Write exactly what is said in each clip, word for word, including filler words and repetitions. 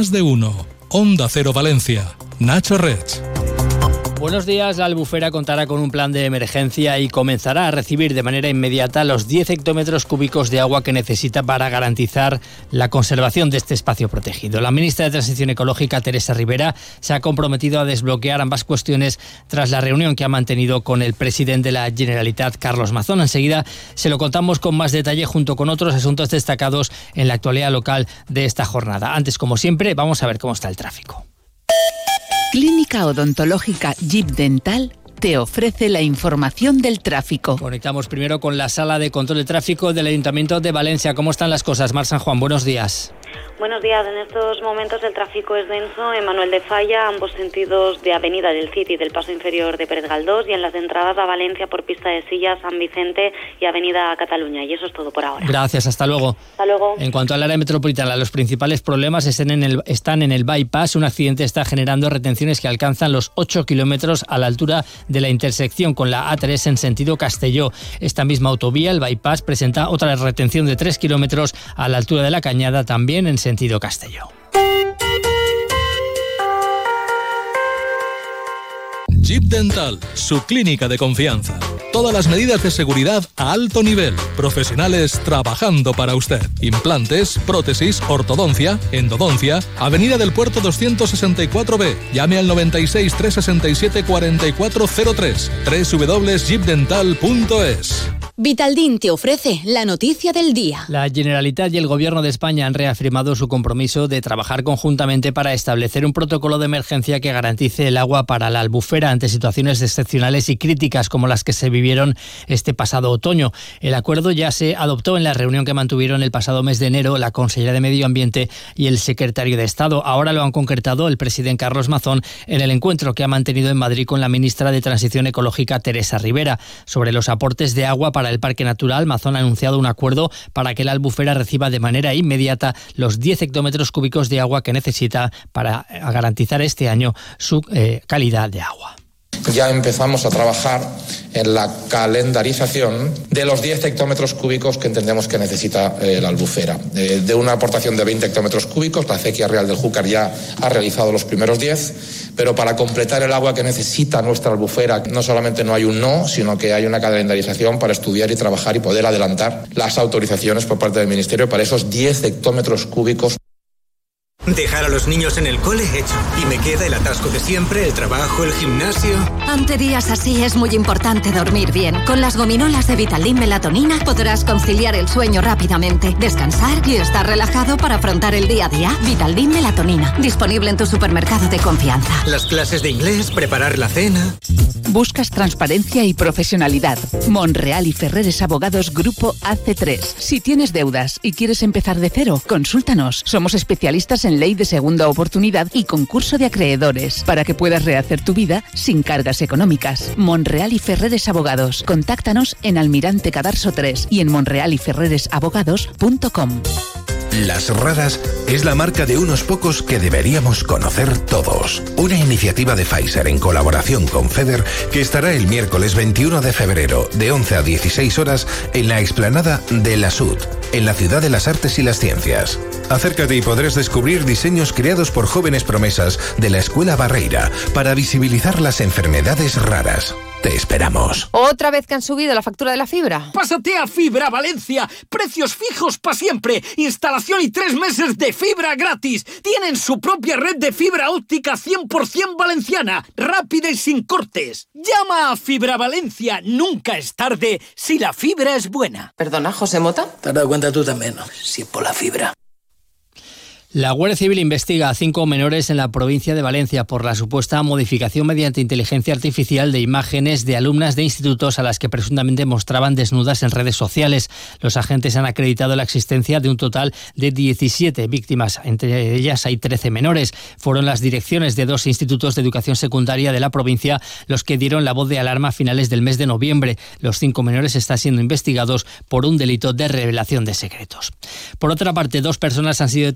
Más de uno. Onda Cero Valencia. Nacho Rech. Buenos días. La Albufera contará con un plan de emergencia y comenzará a recibir de manera inmediata los diez hectómetros cúbicos de agua que necesita para garantizar la conservación de este espacio protegido. La ministra de Transición Ecológica, Teresa Ribera, se ha comprometido a desbloquear ambas cuestiones tras la reunión que ha mantenido con el presidente de la Generalitat, Carlos Mazón. Enseguida se lo contamos con más detalle junto con otros asuntos destacados en la actualidad local de esta jornada. Antes, como siempre, vamos a ver cómo está el tráfico. Clínica Odontológica Jeep Dental te ofrece la información del tráfico. Conectamos primero con la Sala de Control de Tráfico del Ayuntamiento de Valencia. ¿Cómo están las cosas? Mar San Juan, buenos días. Buenos días. En estos momentos el tráfico es denso en Manuel de Falla, ambos sentidos de Avenida del Cid y del Paso Inferior de Pérez Galdós, y en las entradas a Valencia por Pista de Silla, San Vicente y Avenida Cataluña. Y eso es todo por ahora. Gracias, hasta luego. Hasta luego. En cuanto al área metropolitana, los principales problemas están en el, están en el bypass. Un accidente está generando retenciones que alcanzan los ocho kilómetros a la altura de la intersección con la A tres en sentido Castelló. Esta misma autovía, el bypass, presenta otra retención de tres kilómetros a la altura de la Cañada, también en sentido Castelló. Jeep Dental, su clínica de confianza. Todas las medidas de seguridad a alto nivel. Profesionales trabajando para usted. Implantes, prótesis, ortodoncia, endodoncia. Avenida del Puerto doscientos sesenta y cuatro B. Llame al noventa y seis, trescientos sesenta y siete, cuarenta y cuatro cero tres. doble u doble u doble u punto jeep dental punto es. Vitaldin te ofrece la noticia del día. La Generalitat y el Gobierno de España han reafirmado su compromiso de trabajar conjuntamente para establecer un protocolo de emergencia que garantice el agua para la Albufera ante situaciones excepcionales y críticas como las que se vivieron este pasado otoño. El acuerdo ya se adoptó en la reunión que mantuvieron el pasado mes de enero la consellera de Medio Ambiente y el secretario de Estado. Ahora lo han concretado el presidente Carlos Mazón en el encuentro que ha mantenido en Madrid con la ministra de Transición Ecológica, Teresa Ribera. Sobre los aportes de agua para el Parque Natural, Mazón ha anunciado un acuerdo para que la Albufera reciba de manera inmediata los diez hectómetros cúbicos de agua que necesita para garantizar este año su eh, calidad de agua. Ya empezamos a trabajar en la calendarización de los diez hectómetros cúbicos que entendemos que necesita eh, la Albufera. Eh, de una aportación de veinte hectómetros cúbicos, la Acequia Real del Júcar ya ha realizado los primeros diez, pero para completar el agua que necesita nuestra Albufera, no solamente no hay un no, sino que hay una calendarización para estudiar y trabajar y poder adelantar las autorizaciones por parte del Ministerio para esos diez hectómetros cúbicos. Dejar a los niños en el cole, hecho. Y me queda el atasco de siempre, el trabajo, el gimnasio. Ante días así es muy importante dormir bien. Con las gominolas de Vitaldin Melatonina podrás conciliar el sueño rápidamente, descansar y estar relajado para afrontar el día a día. Vitaldin Melatonina, disponible en tu supermercado de confianza. Las clases de inglés, preparar la cena. ¿Buscas transparencia y profesionalidad? Monreal y Ferreres Abogados Grupo A C tres. Si tienes deudas y quieres empezar de cero, consúltanos. Somos especialistas en ley de segunda oportunidad y concurso de acreedores, para que puedas rehacer tu vida sin cargas económicas. Monreal y Ferreres Abogados. Contáctanos en Almirante Cadarso tres y en monreal y ferreres abogados punto com. Las Raras es la marca de unos pocos que deberíamos conocer todos. Una iniciativa de Pfizer en colaboración con FEDER que estará el miércoles veintiuno de febrero de once a dieciséis horas en la explanada de la S U D, en la Ciudad de las Artes y las Ciencias. Acércate y podrás descubrir diseños creados por jóvenes promesas de la Escuela Barreira para visibilizar las enfermedades raras. Te esperamos. ¿Otra vez que han subido la factura de la fibra? Pásate a Fibra Valencia. Precios fijos para siempre. Instalación y tres meses de fibra gratis. Tienen su propia red de fibra óptica cien por ciento valenciana. Rápida y sin cortes. Llama a Fibra Valencia. Nunca es tarde si la fibra es buena. ¿Perdona, José Mota? Te has dado cuenta tú también, ¿no? Si es por la fibra. La Guardia Civil investiga a cinco menores en la provincia de Valencia por la supuesta modificación mediante inteligencia artificial de imágenes de alumnas de institutos a las que presuntamente mostraban desnudas en redes sociales. Los agentes han acreditado la existencia de un total de diecisiete víctimas. Entre ellas hay trece menores. Fueron las direcciones de dos institutos de educación secundaria de la provincia los que dieron la voz de alarma a finales del mes de noviembre. Los cinco menores están siendo investigados por un delito de revelación de secretos. Por otra parte, dos personas han sido detenidas tras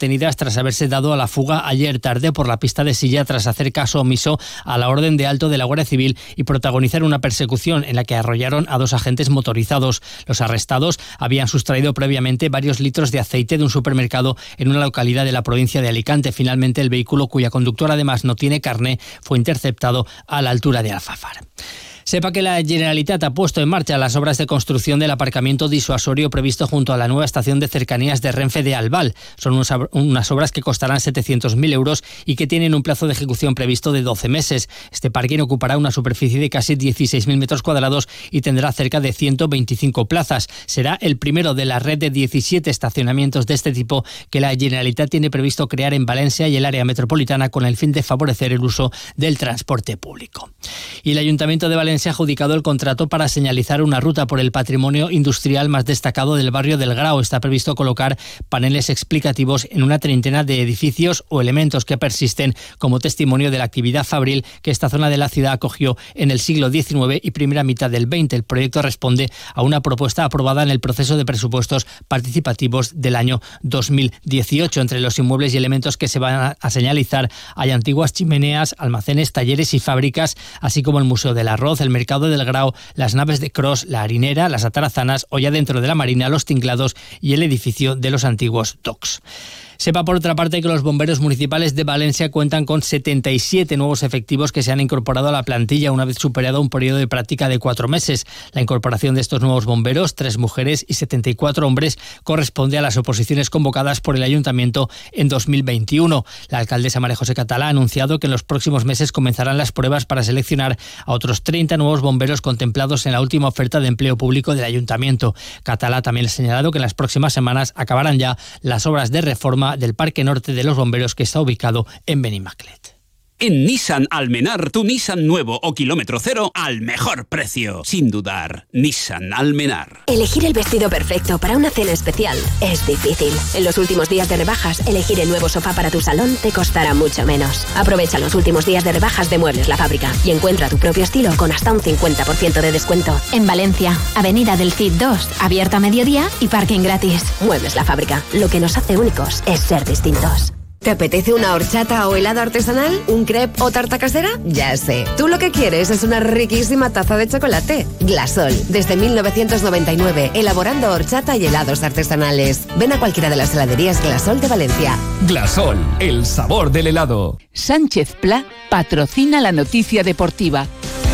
tras haberse dado a la fuga ayer tarde por la pista de Silla tras hacer caso omiso a la orden de alto de la Guardia Civil y protagonizar una persecución en la que arrollaron a dos agentes motorizados. Los arrestados habían sustraído previamente varios litros de aceite de un supermercado en una localidad de la provincia de Alicante. Finalmente, el vehículo, cuya conductor además no tiene carné, fue interceptado a la altura de Alfafar. Sepa que la Generalitat ha puesto en marcha las obras de construcción del aparcamiento disuasorio previsto junto a la nueva estación de cercanías de Renfe de Albal. Son unos, unas obras que costarán setecientos mil euros y que tienen un plazo de ejecución previsto de doce meses. Este parking ocupará una superficie de casi dieciséis mil metros cuadrados y tendrá cerca de ciento veinticinco plazas. Será el primero de la red de diecisiete estacionamientos de este tipo que la Generalitat tiene previsto crear en Valencia y el área metropolitana con el fin de favorecer el uso del transporte público. Y el Ayuntamiento de Valencia se ha adjudicado el contrato para señalizar una ruta por el patrimonio industrial más destacado del barrio del Grao. Está previsto colocar paneles explicativos en una treintena de edificios o elementos que persisten como testimonio de la actividad fabril que esta zona de la ciudad acogió en el siglo diecinueve y primera mitad del veinte. El proyecto responde a una propuesta aprobada en el proceso de presupuestos participativos del año dos mil dieciocho. Entre los inmuebles y elementos que se van a señalizar hay antiguas chimeneas, almacenes, talleres y fábricas, así como el Museo del Arroz, el Mercado del Grao, las naves de Cros, la harinera, las atarazanas o ya dentro de la marina, los tinglados y el edificio de los antiguos docks. Sepa, por otra parte, que los bomberos municipales de Valencia cuentan con setenta y siete nuevos efectivos que se han incorporado a la plantilla una vez superado un periodo de práctica de cuatro meses. La incorporación de estos nuevos bomberos, tres mujeres y setenta y cuatro hombres, corresponde a las oposiciones convocadas por el Ayuntamiento en dos mil veintiuno. La alcaldesa María José Catalá ha anunciado que en los próximos meses comenzarán las pruebas para seleccionar a otros treinta nuevos bomberos contemplados en la última oferta de empleo público del Ayuntamiento. Catalá también ha señalado que en las próximas semanas acabarán ya las obras de reforma del Parque Norte de los Bomberos, que está ubicado en Benimaclet. En Nissan Almenar, tu Nissan nuevo o kilómetro cero al mejor precio. Sin dudar, Nissan Almenar. Elegir el vestido perfecto para una cena especial es difícil. En los últimos días de rebajas, elegir el nuevo sofá para tu salón te costará mucho menos. Aprovecha los últimos días de rebajas de Muebles La Fábrica y encuentra tu propio estilo con hasta un cincuenta por ciento de descuento. En Valencia, Avenida del Cid dos, abierto a mediodía y parking gratis. Muebles La Fábrica. Lo que nos hace únicos es ser distintos. ¿Te apetece una horchata o helado artesanal? ¿Un crepe o tarta casera? Ya sé. Tú lo que quieres es una riquísima taza de chocolate. Glasol. Desde mil novecientos noventa y nueve, elaborando horchata y helados artesanales. Ven a cualquiera de las heladerías Glasol de Valencia. Glasol, el sabor del helado. Sánchez Pla patrocina la noticia deportiva.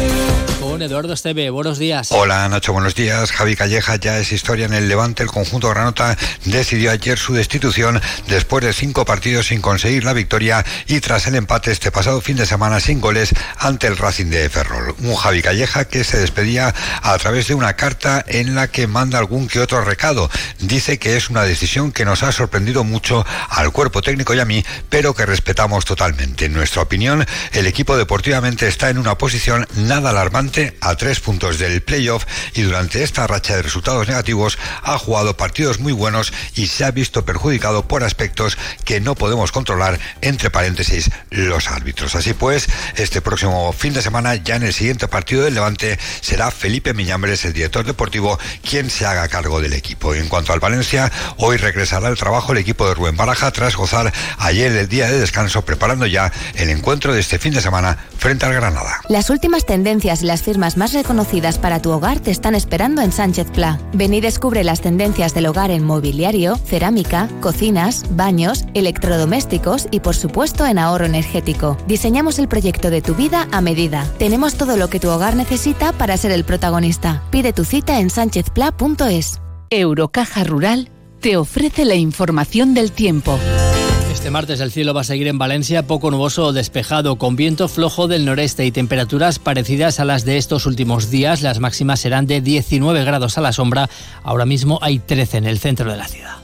Con Eduardo Esteve, buenos días. Hola Nacho, buenos días. Javi Calleja ya es historia en el Levante. El conjunto granota decidió ayer su destitución después de cinco partidos sin conseguir la victoria y tras el empate este pasado fin de semana sin goles ante el Racing de Ferrol. Un Javi Calleja que se despedía a través de una carta en la que manda algún que otro recado. Dice que es una decisión que nos ha sorprendido mucho al cuerpo técnico y a mí, pero que respetamos totalmente. En nuestra opinión, el equipo deportivamente está en una posición nada alarmante a tres puntos del playoff y durante esta racha de resultados negativos ha jugado partidos muy buenos y se ha visto perjudicado por aspectos que no podemos controlar, entre paréntesis, los árbitros. Así pues, este próximo fin de semana, ya en el siguiente partido del Levante, será Felipe Miñambres, el director deportivo, quien se haga cargo del equipo. En cuanto al Valencia, hoy regresará al trabajo el equipo de Rubén Baraja tras gozar ayer el día de descanso, preparando ya el encuentro de este fin de semana frente al Granada. Las últimas tendencias y las firmas más reconocidas para tu hogar te están esperando en Sánchez Pla. Ven y descubre las tendencias del hogar en mobiliario, cerámica, cocinas, baños, electrodomésticos y por supuesto en ahorro energético. Diseñamos el proyecto de tu vida a medida. Tenemos todo lo que tu hogar necesita para ser el protagonista. Pide tu cita en sánchez pla punto es. Eurocaja Rural te ofrece la información del tiempo. Este martes el cielo va a seguir en Valencia poco nuboso o despejado, con viento flojo del noreste y temperaturas parecidas a las de estos últimos días. Las máximas serán de diecinueve grados a la sombra. Ahora mismo hay trece en el centro de la ciudad.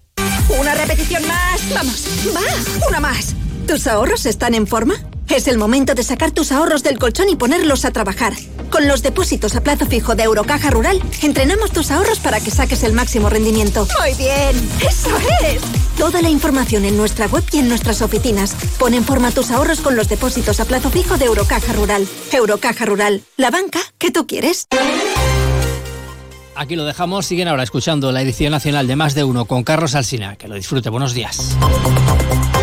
Una repetición más. Vamos, va, una más. ¿Tus ahorros están en forma? Es el momento de sacar tus ahorros del colchón y ponerlos a trabajar. Con los depósitos a plazo fijo de Eurocaja Rural, entrenamos tus ahorros para que saques el máximo rendimiento. ¡Muy bien! ¡Eso es! Toda la información en nuestra web y en nuestras oficinas. Pon en forma tus ahorros con los depósitos a plazo fijo de Eurocaja Rural. Eurocaja Rural, la banca que tú quieres. aquí lo dejamos. Siguen ahora escuchando la edición nacional de Más de Uno con Carlos Alsina. Que lo disfrute. Buenos días.